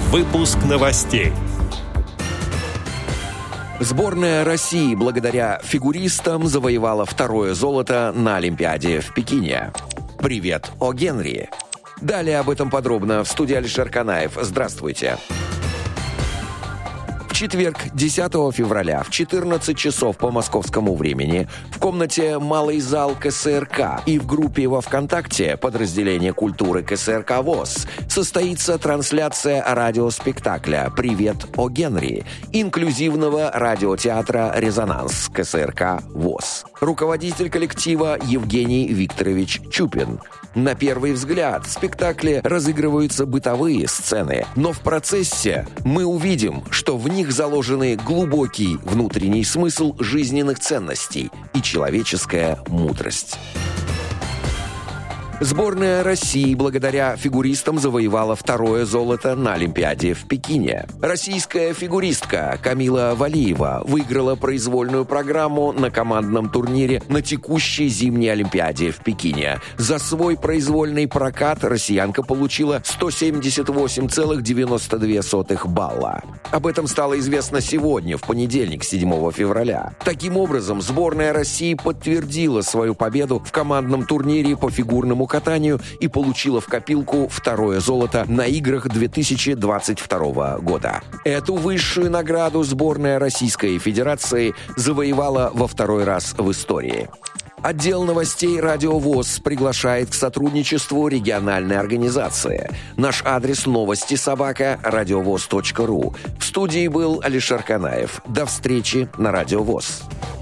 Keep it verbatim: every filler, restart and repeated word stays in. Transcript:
Выпуск новостей. Сборная России благодаря фигуристам завоевала второе золото на Олимпиаде в Пекине. Привет, О. Генри! Далее об этом подробно в студии Алишер Канаев. Здравствуйте! В четверг, десятого февраля, в четырнадцать часов по московскому времени в комнате «Малый зал ка эс эр ка» и в группе во ВКонтакте подразделения культуры ка эс эр ка ВОС состоится трансляция радиоспектакля «Привет, О. Генри» инклюзивного радиотеатра «Резонанс» ка эс эр ка ВОС. Руководитель коллектива Евгений Викторович Чупин. На первый взгляд в спектакле разыгрываются бытовые сцены, но в процессе мы увидим, что в них заложены глубокий внутренний смысл жизненных ценностей и человеческая мудрость. Сборная России благодаря фигуристам завоевала второе золото на Олимпиаде в Пекине. Российская фигуристка Камила Валиева выиграла произвольную программу на командном турнире на текущей зимней Олимпиаде в Пекине. За свой произвольный прокат россиянка получила сто семьдесят восемь целых девяносто две сотых балла. Об этом стало известно сегодня, в понедельник, седьмого февраля. Таким образом, сборная России подтвердила свою победу в командном турнире по фигурному катанию и получила в копилку второе золото на играх две тысячи двадцать второго года. Эту высшую награду сборная Российской Федерации завоевала во второй раз в истории. Отдел новостей «Радио ВОС» приглашает к сотрудничеству региональной организации. Наш адрес новости собака радиовоз точка ру. В студии был Алишер Канаев. До встречи на «Радио ВОС».